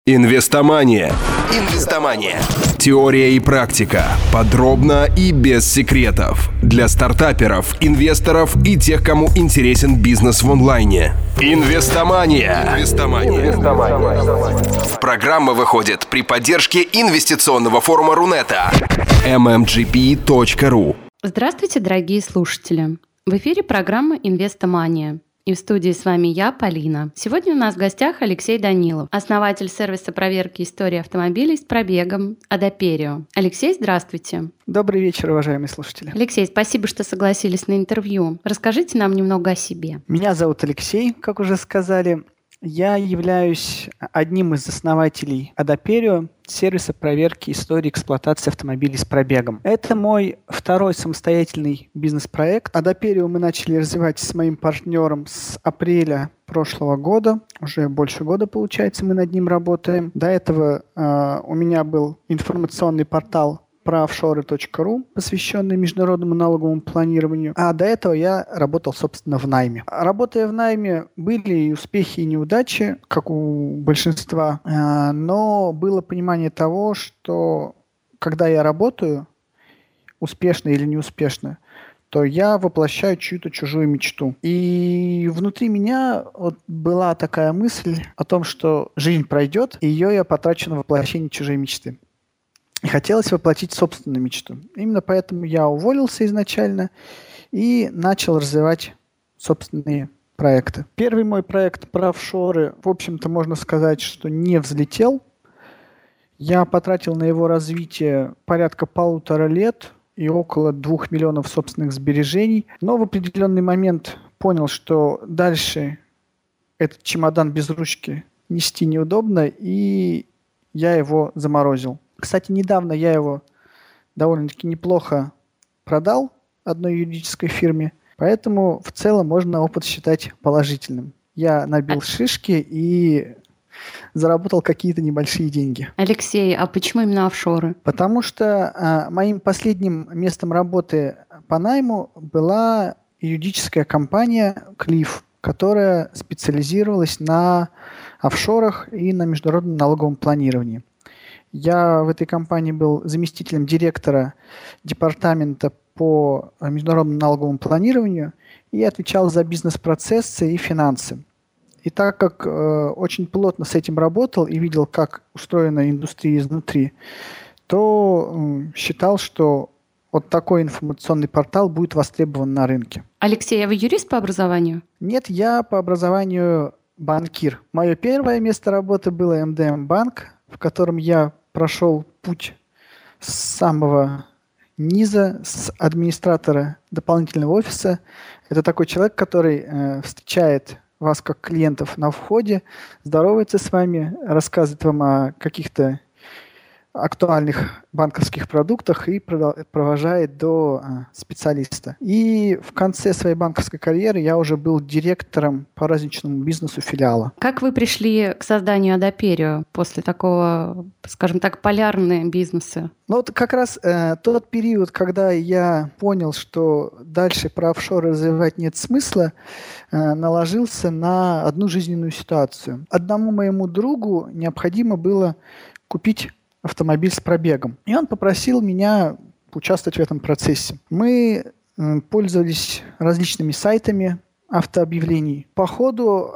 Инвестомания. Теория и практика. Подробно и без секретов. Для стартаперов, инвесторов и тех, кому интересен бизнес в онлайне. Инвестомания. Программа выходит при поддержке инвестиционного форума Рунета. mmgp.ru. Здравствуйте, дорогие слушатели! В эфире программа «Инвестомания». И в студии с вами я, Полина. Сегодня у нас в гостях Алексей Данилов, основатель сервиса проверки истории автомобилей с пробегом Адаперио. Алексей, здравствуйте. Добрый вечер, уважаемые слушатели. Алексей, спасибо, что согласились на интервью. Расскажите нам немного о себе. Меня зовут Алексей, как уже сказали. Я являюсь одним из основателей Адаперио, сервиса проверки истории эксплуатации автомобилей с пробегом. Это мой второй самостоятельный бизнес-проект. Адаперио мы начали развивать с моим партнером с апреля прошлого года. Уже больше года, получается, мы над ним работаем. До этого у меня был информационный портал правшоры.ру, посвященный международному налоговому планированию. А до этого я работал, собственно, в найме. Работая в найме, были и успехи, и неудачи, как у большинства, но было понимание того, что когда я работаю, успешно или неуспешно, то я воплощаю чью-то чужую мечту. И внутри меня была такая мысль о том, что жизнь пройдет, и ее я потрачу на воплощение чужой мечты. И хотелось воплотить собственную мечту. Именно поэтому я уволился изначально и начал развивать собственные проекты. Первый мой проект про офшоры, в общем-то, можно сказать, что не взлетел. Я потратил на его развитие порядка 1,5 лет и около 2 миллионов собственных сбережений. Но в определенный момент понял, что дальше этот чемодан без ручки нести неудобно, и я его заморозил. Кстати, недавно я его довольно-таки неплохо продал одной юридической фирме, поэтому в целом можно опыт считать положительным. Я набил шишки и заработал какие-то небольшие деньги. Алексей, а почему именно офшоры? Потому что моим последним местом работы по найму была юридическая компания Cliff, которая специализировалась на офшорах и на международном налоговом планировании. Я в этой компании был заместителем директора департамента по международному налоговому планированию и отвечал за бизнес-процессы и финансы. И так как очень плотно с этим работал и видел, как устроена индустрия изнутри, то считал, что вот такой информационный портал будет востребован на рынке. Алексей, а вы юрист по образованию? Нет, я по образованию банкир. Мое первое место работы было МДМ-банк, в котором я прошел путь с самого низа, с администратора дополнительного офиса. Это такой человек, который встречает вас как клиентов на входе, здоровается с вами, рассказывает вам о каких-то актуальных банковских продуктах и провожает до специалиста. И в конце своей банковской карьеры я уже был директором по розничному бизнесу филиала. Как вы пришли к созданию Адаперио после такого, скажем так, полярного бизнеса? Ну вот как раз тот период, когда я понял, что дальше про офшоры развивать нет смысла, наложился на одну жизненную ситуацию. Одному моему другу необходимо было купить автомобиль с пробегом. И он попросил меня участвовать в этом процессе. Мы пользовались различными сайтами автообъявлений. По ходу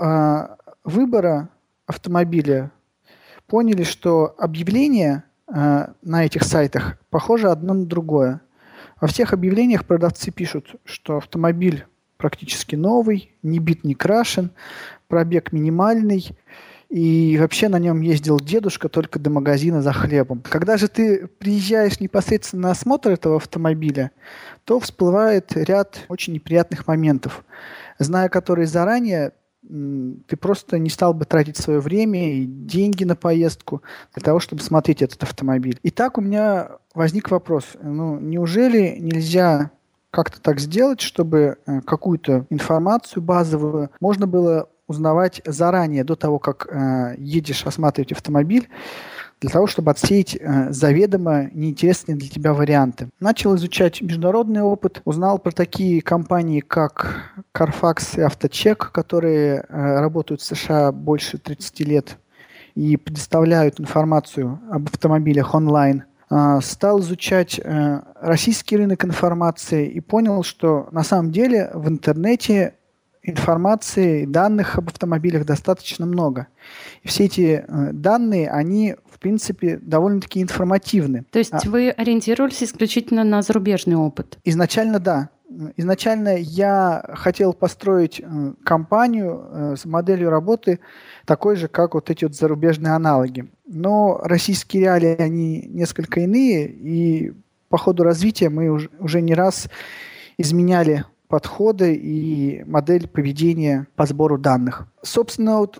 выбора автомобиля поняли, что объявления на этих сайтах похожи одно на другое. Во всех объявлениях продавцы пишут, что автомобиль практически новый, не бит, не крашен, пробег минимальный, и вообще на нем ездил дедушка только до магазина за хлебом. Когда же ты приезжаешь непосредственно на осмотр этого автомобиля, то всплывает ряд очень неприятных моментов, зная которые заранее, ты просто не стал бы тратить свое время и деньги на поездку для того, чтобы смотреть этот автомобиль. И так у меня возник вопрос, неужели нельзя как-то так сделать, чтобы какую-то информацию базовую можно было узнавать заранее, до того, как едешь осматривать автомобиль, для того, чтобы отсеять заведомо неинтересные для тебя варианты. Начал изучать международный опыт, узнал про такие компании, как Carfax и Авточек, которые работают в США больше 30 лет и предоставляют информацию об автомобилях онлайн. Стал изучать российский рынок информации и понял, что на самом деле в интернете информации, данных об автомобилях достаточно много. И все эти данные, они, в принципе, довольно-таки информативны. То есть вы ориентировались исключительно на зарубежный опыт? Изначально да. Изначально я хотел построить компанию с моделью работы такой же, как вот эти вот зарубежные аналоги. Но российские реалии, они несколько иные, и по ходу развития мы уже не раз изменяли подходы и модель поведения по сбору данных. Собственно, вот,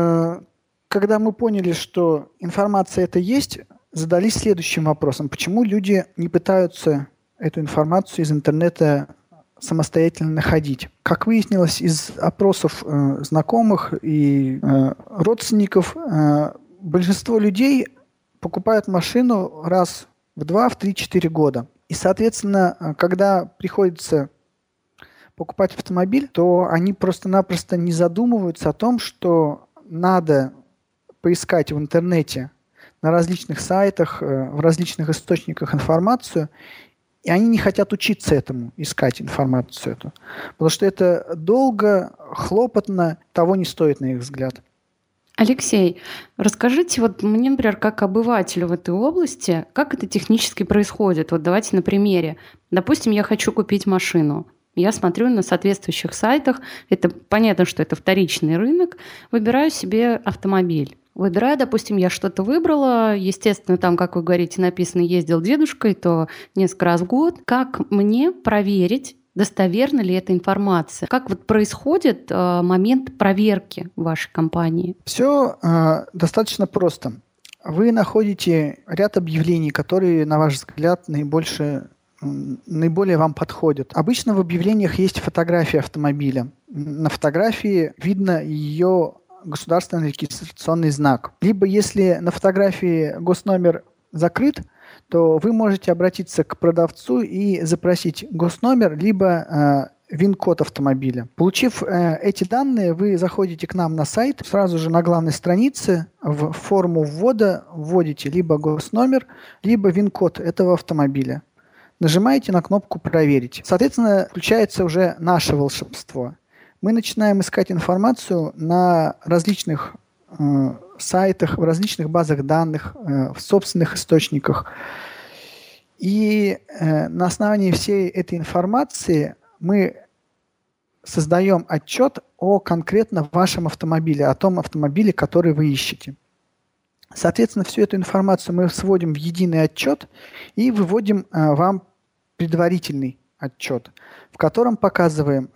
когда мы поняли, что информация это есть, задались следующим вопросом. Почему люди не пытаются эту информацию из интернета самостоятельно находить? Как выяснилось из опросов знакомых и родственников, большинство людей покупают машину раз в 2, в 3-4 года. И, соответственно, когда приходится покупать автомобиль, то они просто-напросто не задумываются о том, что надо поискать в интернете на различных сайтах, в различных источниках информацию, и они не хотят учиться этому, искать информацию эту. Потому что это долго, хлопотно, того не стоит, на их взгляд. Алексей, расскажите вот мне, например, как обывателю в этой области, как это технически происходит. Вот давайте на примере. Допустим, я хочу купить машину. Я смотрю на соответствующих сайтах. Это понятно, что это вторичный рынок. Выбираю себе автомобиль. Выбираю, допустим, я что-то выбрала. Естественно, там, как вы говорите, написано «ездил дедушкой», то несколько раз в год. Как мне проверить, достоверна ли эта информация? Как вот происходит момент проверки в вашей компании? Все достаточно просто. Вы находите ряд объявлений, которые, на ваш взгляд, наиболее вам подходят. Обычно в объявлениях есть фотография автомобиля. На фотографии видно ее государственный регистрационный знак. Либо если на фотографии госномер закрыт, то вы можете обратиться к продавцу и запросить госномер, либо ВИН-код автомобиля. Получив эти данные, вы заходите к нам на сайт, сразу же на главной странице в форму ввода вводите либо госномер, либо ВИН-код этого автомобиля. Нажимаете на кнопку «Проверить». Соответственно, включается уже наше волшебство. Мы начинаем искать информацию на различных сайтах, в различных базах данных, в собственных источниках. И на основании всей этой информации мы создаем отчет о конкретно вашем автомобиле, о том автомобиле, который вы ищете. Соответственно, всю эту информацию мы сводим в единый отчет и выводим вам предварительный отчет, в котором показываем,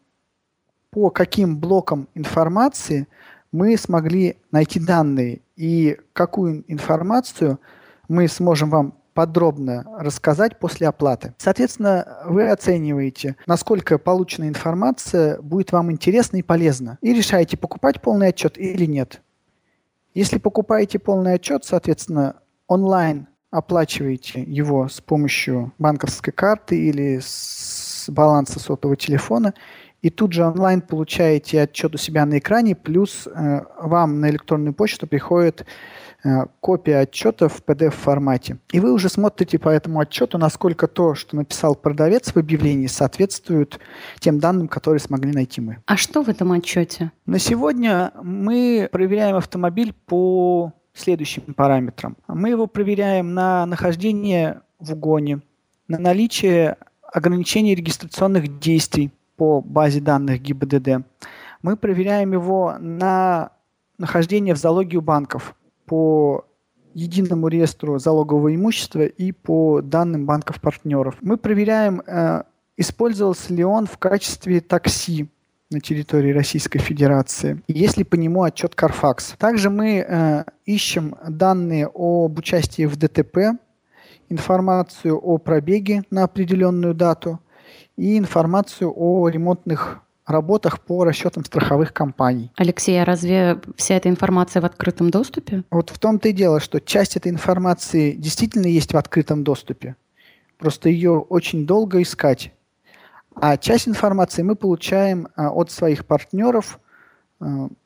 по каким блокам информации мы смогли найти данные и какую информацию мы сможем вам подробно рассказать после оплаты. Соответственно, вы оцениваете, насколько полученная информация будет вам интересна и полезна, и решаете, покупать полный отчет или нет. Если покупаете полный отчет, соответственно, онлайн оплачиваете его с помощью банковской карты или с баланса сотового телефона, и тут же онлайн получаете отчет у себя на экране, плюс вам на электронную почту приходит копия отчета в PDF-формате. И вы уже смотрите по этому отчету, насколько то, что написал продавец в объявлении, соответствует тем данным, которые смогли найти мы. А что в этом отчете? На сегодня мы проверяем автомобиль по следующим параметрам. Мы его проверяем на нахождение в угоне, на наличие ограничений регистрационных действий по базе данных ГИБДД. Мы проверяем его на нахождение в залоге у банков по единому реестру залогового имущества и по данным банков-партнеров. Мы проверяем, использовался ли он в качестве такси на территории Российской Федерации, и есть ли по нему отчет Carfax. Также мы ищем данные об участии в ДТП, информацию о пробеге на определенную дату и информацию о ремонтных работах по расчетам страховых компаний. Алексей, а разве вся эта информация в открытом доступе? Вот в том-то и дело, что часть этой информации действительно есть в открытом доступе. Просто ее очень долго искать. А часть информации мы получаем от своих партнеров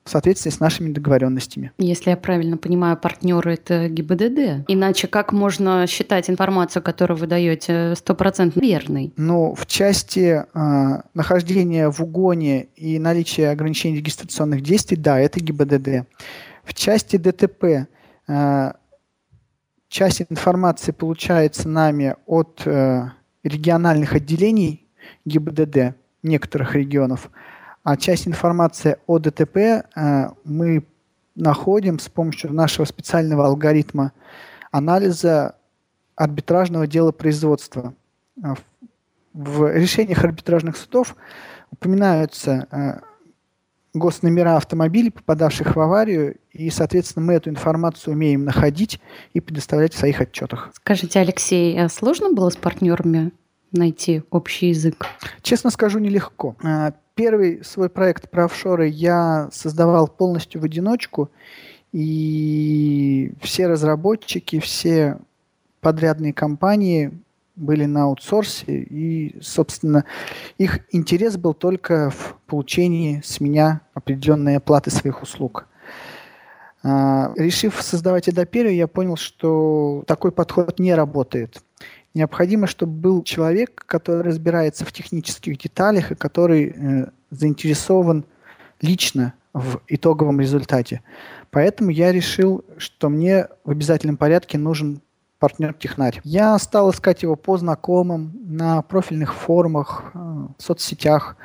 в соответствии с нашими договоренностями. Если я правильно понимаю, партнеры — это ГИБДД. Иначе как можно считать информацию, которую вы даете, 100% верной? В части нахождения в угоне и наличия ограничений регистрационных действий, да, это ГИБДД. В части ДТП часть информации получается нами от региональных отделений ГИБДД некоторых регионов, а часть информации о ДТП мы находим с помощью нашего специального алгоритма анализа арбитражного дела производства. В решениях арбитражных судов упоминаются госномера автомобилей, попадавших в аварию, и, соответственно, мы эту информацию умеем находить и предоставлять в своих отчетах. Скажите, Алексей, а сложно было с партнерами найти общий язык? Честно скажу, нелегко. Первый свой проект про офшоры я создавал полностью в одиночку, и все разработчики, все подрядные компании были на аутсорсе, и, собственно, их интерес был только в получении с меня определенной оплаты своих услуг. Решив создавать Адоперию, я понял, что такой подход не работает. Необходимо, чтобы был человек, который разбирается в технических деталях и который заинтересован лично в итоговом результате. Поэтому я решил, что мне в обязательном порядке нужен партнер-технарь. Я стал искать его по знакомым, на профильных форумах, в соцсетях.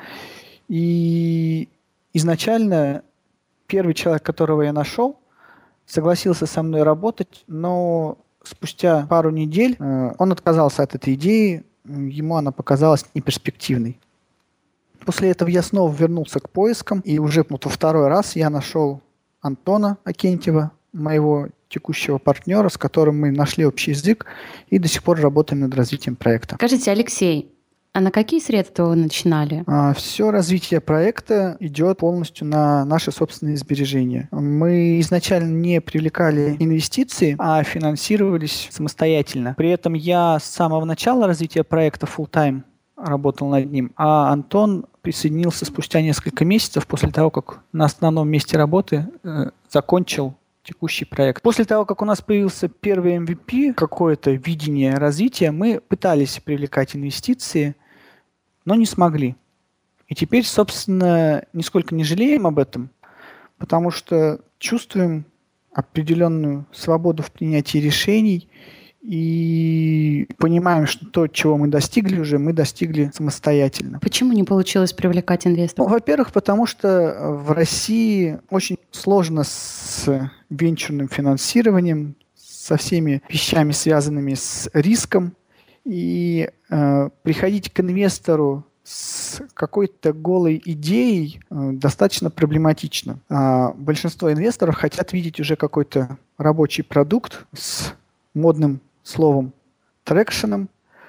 И изначально первый человек, которого я нашел, согласился со мной работать, но спустя пару недель он отказался от этой идеи, ему она показалась неперспективной. После этого я снова вернулся к поискам, и уже во второй раз я нашел Антона Акентьева, моего текущего партнера, с которым мы нашли общий язык и до сих пор работаем над развитием проекта. Скажите, Алексей, а на какие средства вы начинали? Все развитие проекта идет полностью на наши собственные сбережения. Мы изначально не привлекали инвестиции, а финансировались самостоятельно. При этом я с самого начала развития проекта full-time работал над ним, а Антон присоединился спустя несколько месяцев после того, как на основном месте работы закончил текущий проект. После того, как у нас появился первый MVP, какое-то видение развития, мы пытались привлекать инвестиции, но не смогли. И теперь, собственно, нисколько не жалеем об этом, потому что чувствуем определенную свободу в принятии решений и понимаем, что то, чего мы достигли уже, мы достигли самостоятельно. Почему не получилось привлекать инвесторов? Во-первых, потому что в России очень сложно с венчурным финансированием, со всеми вещами, связанными с риском. И приходить к инвестору с какой-то голой идеей достаточно проблематично. Большинство инвесторов хотят видеть уже какой-то рабочий продукт с модным словом трекшеном,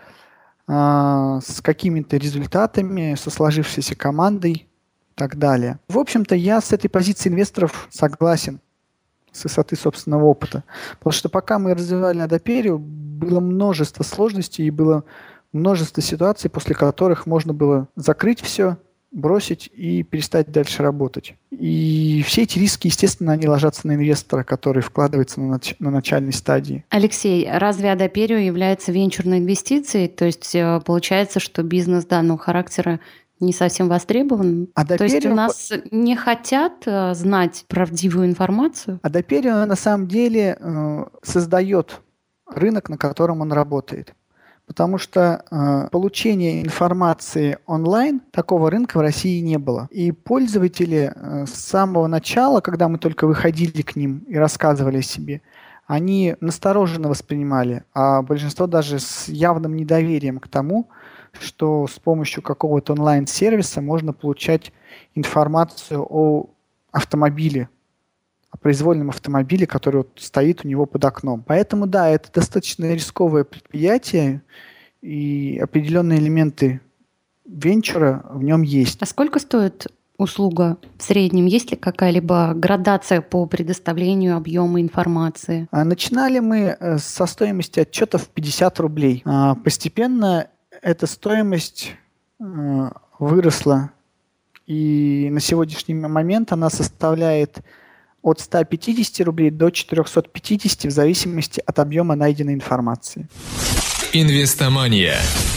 с какими-то результатами, со сложившейся командой и так далее. В общем-то, я с этой позиции инвесторов согласен с высоты собственного опыта. Потому что пока мы развивали Адоперию, было множество сложностей и было множество ситуаций, после которых можно было закрыть все, бросить и перестать дальше работать. И все эти риски, естественно, они ложатся на инвестора, который вкладывается на начальной стадии. Алексей, разве Адоперио является венчурной инвестицией? То есть получается, что бизнес данного характера не совсем востребован? То есть у нас не хотят знать правдивую информацию? Адоперио на самом деле создает рынок, на котором он работает. Потому что получение информации онлайн, такого рынка в России не было. И пользователи с самого начала, когда мы только выходили к ним и рассказывали о себе, они настороженно воспринимали, а большинство даже с явным недоверием к тому, что с помощью какого-то онлайн-сервиса можно получать информацию о автомобиле, о произвольном автомобиле, который стоит у него под окном. Поэтому, да, это достаточно рисковое предприятие, и определенные элементы венчура в нем есть. А сколько стоит услуга в среднем? Есть ли какая-либо градация по предоставлению объема информации? Начинали мы со стоимости отчетов 50 рублей. Постепенно эта стоимость выросла И на сегодняшний момент она составляет от 150 рублей до 450 в зависимости от объема найденной информации. Инвестомания.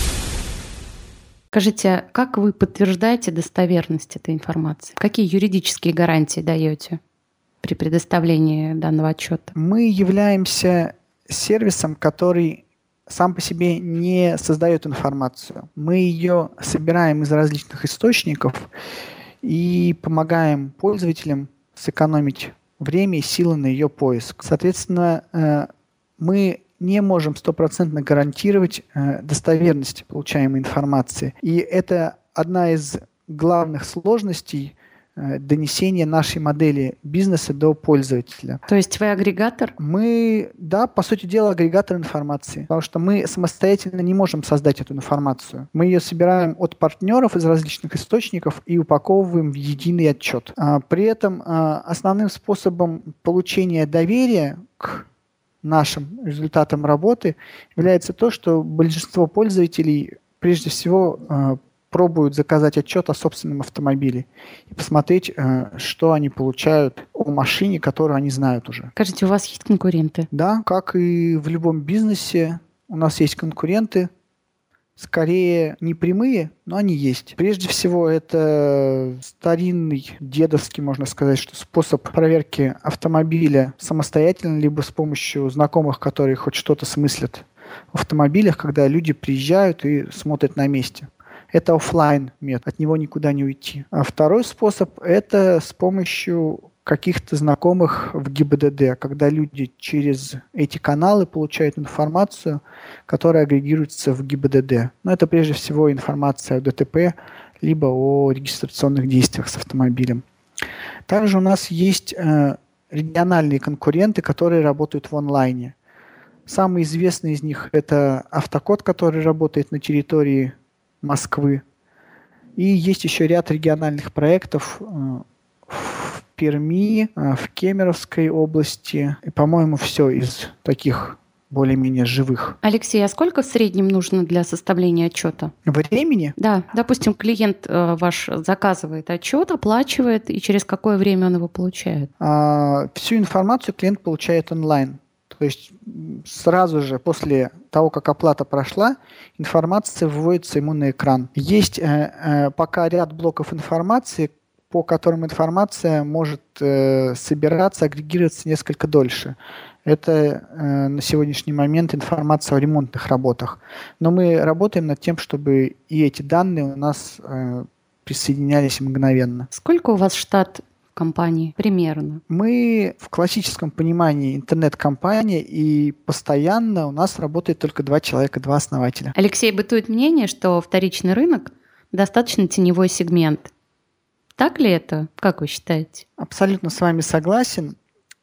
Скажите, как вы подтверждаете достоверность этой информации? Какие юридические гарантии даете при предоставлении данного отчета? Мы являемся сервисом, который сам по себе не создает информацию. Мы ее собираем из различных источников и помогаем пользователям сэкономить время и силы на ее поиск. Соответственно, мы не можем стопроцентно гарантировать достоверность получаемой информации. И это одна из главных сложностей донесения нашей модели бизнеса до пользователя. То есть вы агрегатор? Мы, да, по сути дела, агрегатор информации, потому что мы самостоятельно не можем создать эту информацию. Мы ее собираем от партнеров из различных источников и упаковываем в единый отчет. При этом основным способом получения доверия к нашим результатам работы является то, что большинство пользователей прежде всего пробуют заказать отчет о собственном автомобиле и посмотреть, что они получают о машине, которую они знают уже. Скажите, у вас есть конкуренты? Да, как и в любом бизнесе, у нас есть конкуренты, скорее не прямые, но они есть. Прежде всего, это старинный, дедовский, можно сказать, что способ проверки автомобиля самостоятельно, либо с помощью знакомых, которые хоть что-то смыслят в автомобилях, когда люди приезжают и смотрят на месте. Это офлайн метод, от него никуда не уйти. А второй способ – это с помощью каких-то знакомых в ГИБДД, когда люди через эти каналы получают информацию, которая агрегируется в ГИБДД. Но это прежде всего информация о ДТП, либо о регистрационных действиях с автомобилем. Также у нас есть региональные конкуренты, которые работают в онлайне. Самый известный из них – это Автокод, который работает на территории Москвы. И есть еще ряд региональных проектов в Перми, в Кемеровской области. И, по-моему, все из таких более-менее живых. Алексей, а сколько в среднем нужно для составления отчета? Времени? Да, допустим, клиент ваш заказывает отчет, оплачивает, и через какое время он его получает? Всю информацию клиент получает онлайн. То есть сразу же после того, как оплата прошла, информация выводится ему на экран. Есть пока ряд блоков информации, по которым информация может собираться, агрегироваться несколько дольше. Это на сегодняшний момент информация о ремонтных работах. Но мы работаем над тем, чтобы и эти данные у нас присоединялись мгновенно. Сколько у вас штат компании примерно? Мы в классическом понимании интернет-компания, и постоянно у нас работает только 2 человека, 2 основателя. Алексей, бытует мнение, что вторичный рынок достаточно теневой сегмент. Так ли это? Как вы считаете? Абсолютно с вами согласен.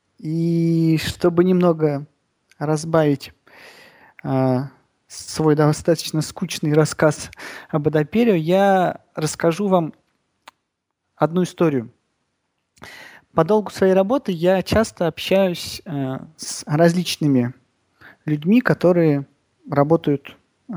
И чтобы немного разбавить свой достаточно скучный рассказ об Адоперио, я расскажу вам одну историю. По долгу своей работы я часто общаюсь с различными людьми, которые работают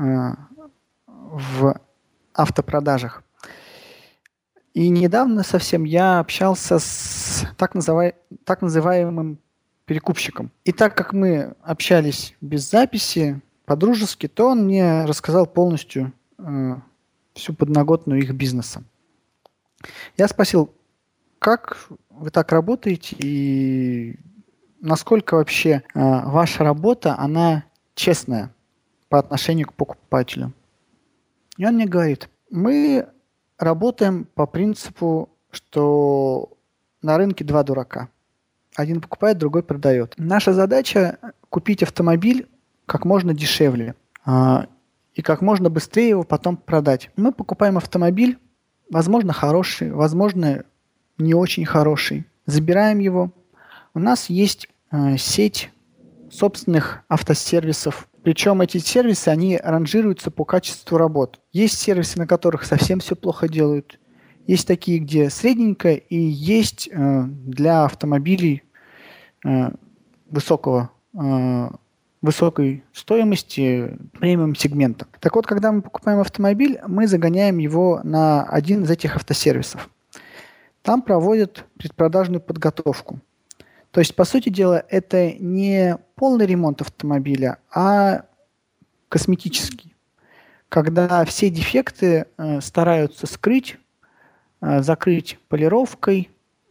в автопродажах. И недавно совсем я общался с так называемым перекупщиком. И так как мы общались без записи, по-дружески, то он мне рассказал полностью всю подноготную их бизнеса. Я спросил, как вы так работаете и насколько вообще ваша работа, она честная по отношению к покупателю? И он мне говорит, мы работаем по принципу, что на рынке 2 дурака. Один покупает, другой продает. Наша задача купить автомобиль как можно дешевле и как можно быстрее его потом продать. Мы покупаем автомобиль, возможно, хороший, возможно, не очень хороший. Забираем его. У нас есть сеть собственных автосервисов. Причем эти сервисы, они ранжируются по качеству работ. Есть сервисы, на которых совсем все плохо делают. Есть такие, где средненько, и есть для автомобилей высокой стоимости премиум-сегмента. Так вот, когда мы покупаем автомобиль, мы загоняем его на один из этих автосервисов. там проводят предпродажную подготовку. То есть, по сути дела, это не полный ремонт автомобиля, а косметический, когда все дефекты стараются скрыть, закрыть полировкой,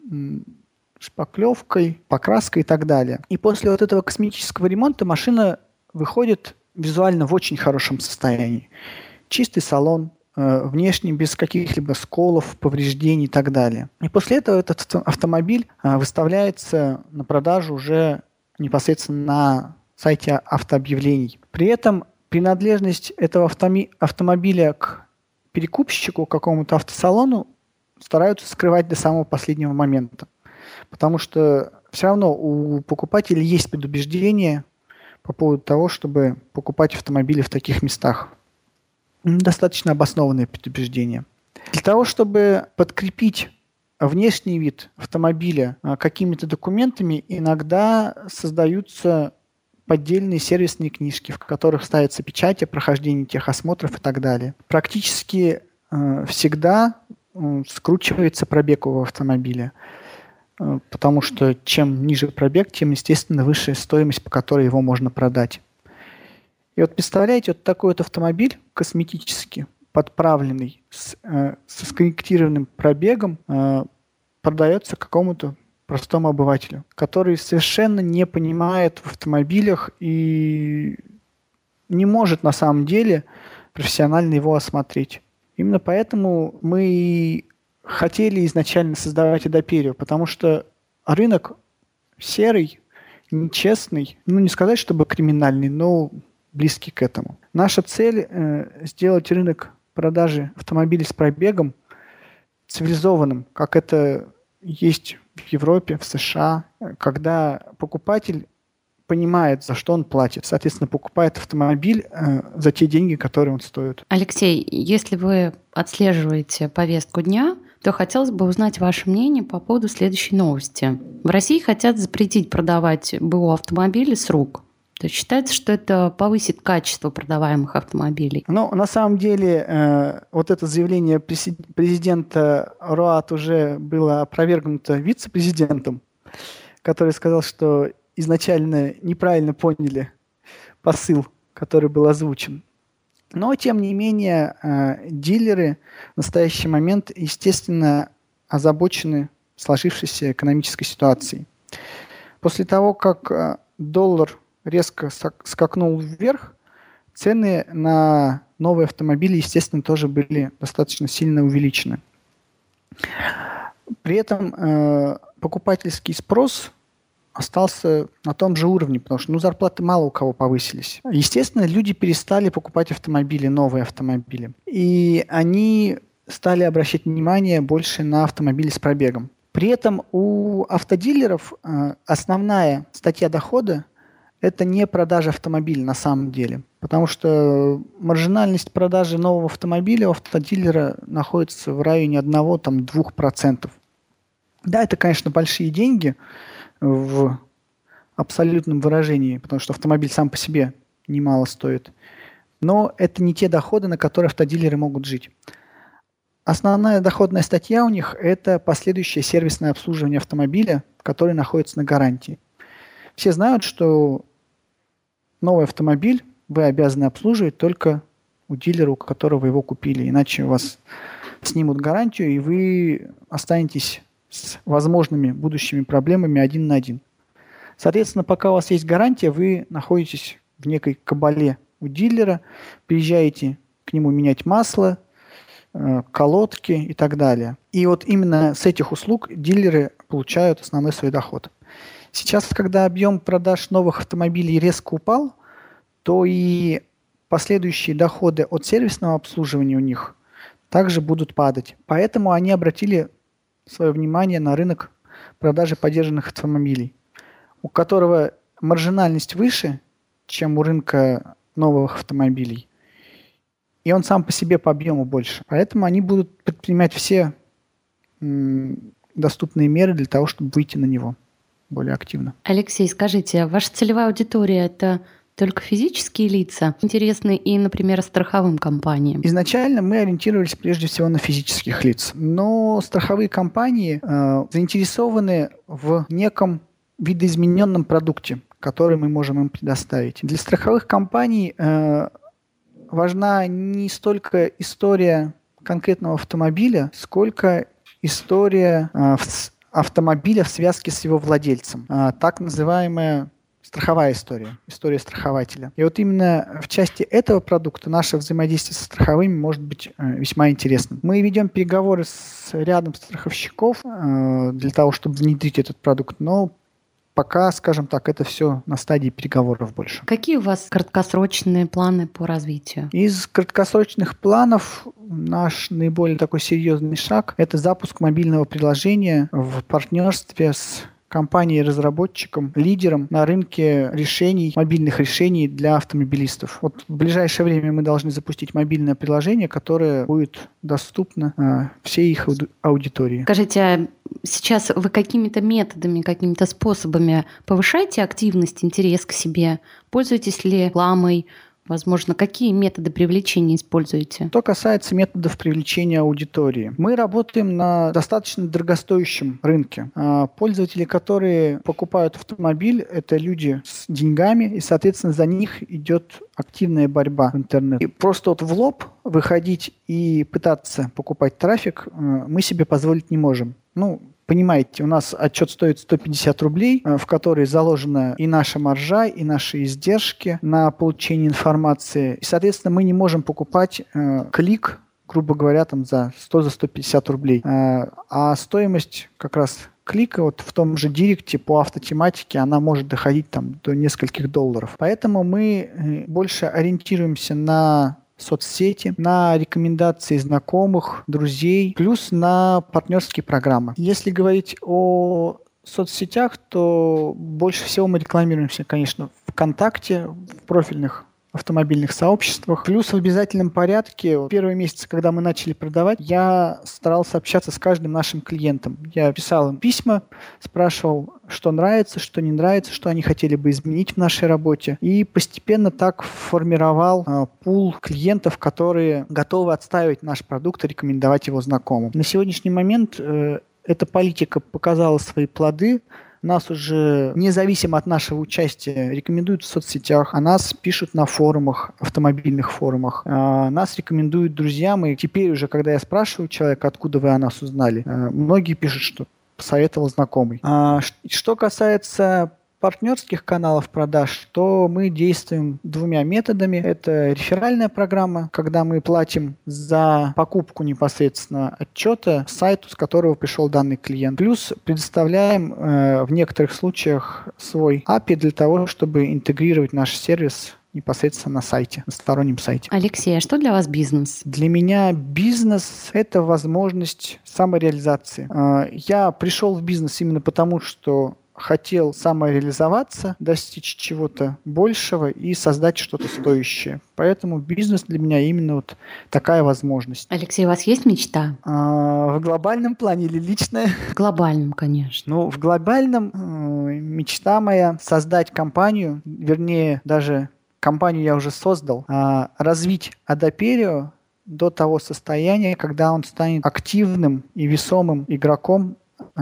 шпаклевкой, покраской и так далее. И после вот этого косметического ремонта машина выходит визуально в очень хорошем состоянии. Чистый салон, внешне без каких-либо сколов, повреждений и так далее. И после этого этот автомобиль выставляется на продажу уже непосредственно на сайте автообъявлений. При этом принадлежность этого автомобиля к перекупщику, к какому-то автосалону стараются скрывать до самого последнего момента. Потому что все равно у покупателей есть предубеждение по поводу того, чтобы покупать автомобили в таких местах. Достаточно обоснованное предубеждение. Для того, чтобы подкрепить внешний вид автомобиля какими-то документами, иногда создаются поддельные сервисные книжки, в которых ставятся печати о прохождении техосмотров и так далее. Практически всегда скручивается пробег у автомобиля, потому что чем ниже пробег, тем, естественно, выше стоимость, по которой его можно продать. И вот представляете, вот такой вот автомобиль косметически подправленный, со скорректированным пробегом продается какому-то простому обывателю, который совершенно не понимает в автомобилях и не может на самом деле профессионально его осмотреть. Именно поэтому мы и хотели изначально создавать Адоперию, потому что рынок серый, нечестный, не сказать, чтобы криминальный, но близкий к этому. Наша цель сделать рынок продажи автомобилей с пробегом цивилизованным, как это есть в Европе, в США, когда покупатель понимает, за что он платит. Соответственно, покупает автомобиль за те деньги, которые он стоит. Алексей, если вы отслеживаете повестку дня, то хотелось бы узнать ваше мнение по поводу следующей новости. В России хотят запретить продавать БУ автомобили с рук. То есть считается, что это повысит качество продаваемых автомобилей. Но на самом деле вот это заявление президента РОАТ уже было опровергнуто вице-президентом, который сказал, что изначально неправильно поняли посыл, который был озвучен. Но, тем не менее, дилеры в настоящий момент, естественно, озабочены сложившейся экономической ситуацией. После того, как доллар резко скакнул вверх, цены на новые автомобили, естественно, тоже были достаточно сильно увеличены. При этом покупательский спрос остался на том же уровне, потому что зарплаты мало у кого повысились. Естественно, люди перестали покупать автомобили, новые автомобили. И они стали обращать внимание больше на автомобили с пробегом. При этом у автодилеров основная статья дохода – это не продажа автомобиля на самом деле. Потому что маржинальность продажи нового автомобиля у автодилера находится в районе 1-2%. Да, это, конечно, большие деньги в абсолютном выражении, потому что автомобиль сам по себе немало стоит. Но это не те доходы, на которые автодилеры могут жить. Основная доходная статья у них – это последующее сервисное обслуживание автомобиля, которое находится на гарантии. Все знают, что новый автомобиль вы обязаны обслуживать только у дилера, у которого вы его купили. Иначе у вас снимут гарантию, и вы останетесь с возможными будущими проблемами один на один. Соответственно, пока у вас есть гарантия, вы находитесь в некой кабале у дилера, приезжаете к нему менять масло, колодки и так далее. И вот именно с этих услуг дилеры получают основной свой доход. Сейчас, когда объем продаж новых автомобилей резко упал, то и последующие доходы от сервисного обслуживания у них также будут падать. Поэтому они обратили свое внимание на рынок продажи подержанных автомобилей, у которого маржинальность выше, чем у рынка новых автомобилей. И он сам по себе по объему больше. Поэтому они будут предпринимать все доступные меры для того, чтобы выйти на него более активно. Алексей, скажите, ваша целевая аудитория – это только физические лица интересны и, например, страховым компаниям? Изначально мы ориентировались прежде всего на физических лиц, но страховые компании заинтересованы в неком видоизмененном продукте, который мы можем им предоставить. Для страховых компаний важна не столько история конкретного автомобиля, сколько история автомобиля в связке с его владельцем. Так называемая страховая история страхователя. И вот именно в части этого продукта наше взаимодействие со страховыми может быть весьма интересным. Мы ведем переговоры с рядом страховщиков для того, чтобы внедрить этот продукт, но пока, скажем так, это все на стадии переговоров больше. Какие у вас краткосрочные планы по развитию? Из краткосрочных планов наш наиболее такой серьезный шаг – это запуск мобильного приложения в партнерстве с компанией-разработчиком, лидером на рынке мобильных решений для автомобилистов. Вот в ближайшее время мы должны запустить мобильное приложение, которое будет доступно всей их аудитории. Скажите, а сейчас вы какими-то методами, какими-то способами повышаете активность, интерес к себе? Пользуетесь ли рекламой? Возможно, какие методы привлечения используете? Что касается методов привлечения аудитории, мы работаем на достаточно дорогостоящем рынке. Пользователи, которые покупают автомобиль, это люди с деньгами, и, соответственно, за них идет активная борьба в интернете. И просто вот в лоб выходить и пытаться покупать трафик мы себе позволить не можем. Понимаете, у нас отчет стоит 150 рублей, в который заложена и наша маржа, и наши издержки на получение информации. И, соответственно, мы не можем покупать клик, грубо говоря, за 100-150 рублей. А стоимость как раз клика вот в том же директе по автотематике, она может доходить до нескольких $. Поэтому мы больше ориентируемся на соцсети, на рекомендации знакомых, друзей, плюс на партнерские программы. Если говорить о соцсетях, то больше всего мы рекламируемся, конечно, ВКонтакте, в профильных автомобильных сообществах. Плюс в обязательном порядке, в первые месяцы, когда мы начали продавать, я старался общаться с каждым нашим клиентом. Я писал им письма, спрашивал, что нравится, что не нравится, что они хотели бы изменить в нашей работе. И постепенно так формировал пул клиентов, которые готовы отстаивать наш продукт и рекомендовать его знакомым. На сегодняшний момент эта политика показала свои плоды. Нас уже, независимо от нашего участия, рекомендуют в соцсетях, о нас пишут на форумах, автомобильных форумах, нас рекомендуют друзьям, и теперь уже, когда я спрашиваю человека, откуда вы о нас узнали, многие пишут, что посоветовал знакомый. Что касается партнерских каналов продаж, то мы действуем двумя методами. Это реферальная программа, когда мы платим за покупку непосредственно отчета сайту, с которого пришел данный клиент. Плюс предоставляем в некоторых случаях свой API для того, чтобы интегрировать наш сервис непосредственно на сайте, на стороннем сайте. Алексей, а что для вас бизнес? Для меня бизнес – это возможность самореализации. Я пришел в бизнес именно потому, что хотел самореализоваться, достичь чего-то большего и создать что-то стоящее. Поэтому бизнес для меня именно вот такая возможность. Алексей, у вас есть мечта? В глобальном плане или личная? В глобальном, конечно. В глобальном мечта моя создать компанию, вернее, даже компанию я уже создал, развить Adoperio до того состояния, когда он станет активным и весомым игроком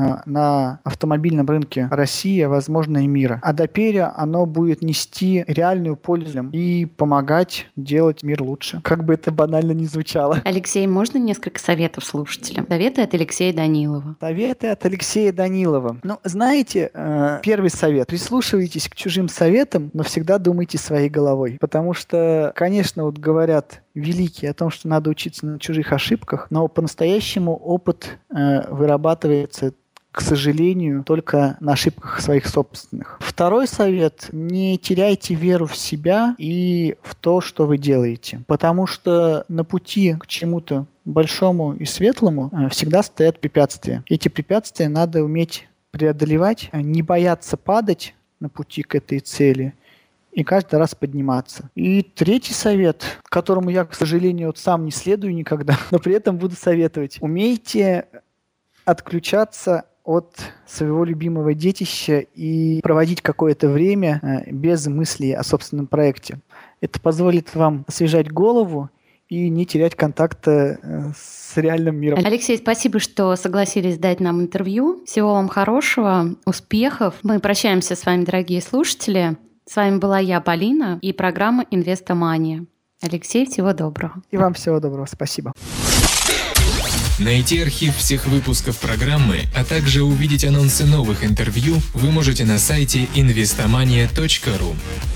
на автомобильном рынке России, а возможно и мира. Adoperio, оно будет нести реальную пользу и помогать делать мир лучше. Как бы это банально ни звучало. Алексей, можно несколько советов слушателям? Советы от Алексея Данилова. Советы от Алексея Данилова. Знаете, первый совет. Прислушивайтесь к чужим советам, но всегда думайте своей головой. Потому что, конечно, говорят великие о том, что надо учиться на чужих ошибках, но по-настоящему опыт вырабатывается, к сожалению, только на ошибках своих собственных. Второй совет – не теряйте веру в себя и в то, что вы делаете. Потому что на пути к чему-то большому и светлому всегда стоят препятствия. Эти препятствия надо уметь преодолевать, не бояться падать на пути к этой цели и каждый раз подниматься. И третий совет, которому я, к сожалению, сам не следую никогда, но при этом буду советовать. Умейте отключаться от своего любимого детища и проводить какое-то время без мыслей о собственном проекте. Это позволит вам освежать голову и не терять контакта с реальным миром. Алексей, спасибо, что согласились дать нам интервью. Всего вам хорошего, успехов. Мы прощаемся с вами, дорогие слушатели. С вами была я, Полина, и программа «Инвестомания». Алексей, всего доброго. И вам всего доброго. Спасибо. Найти архив всех выпусков программы, а также увидеть анонсы новых интервью вы можете на сайте investomania.ru.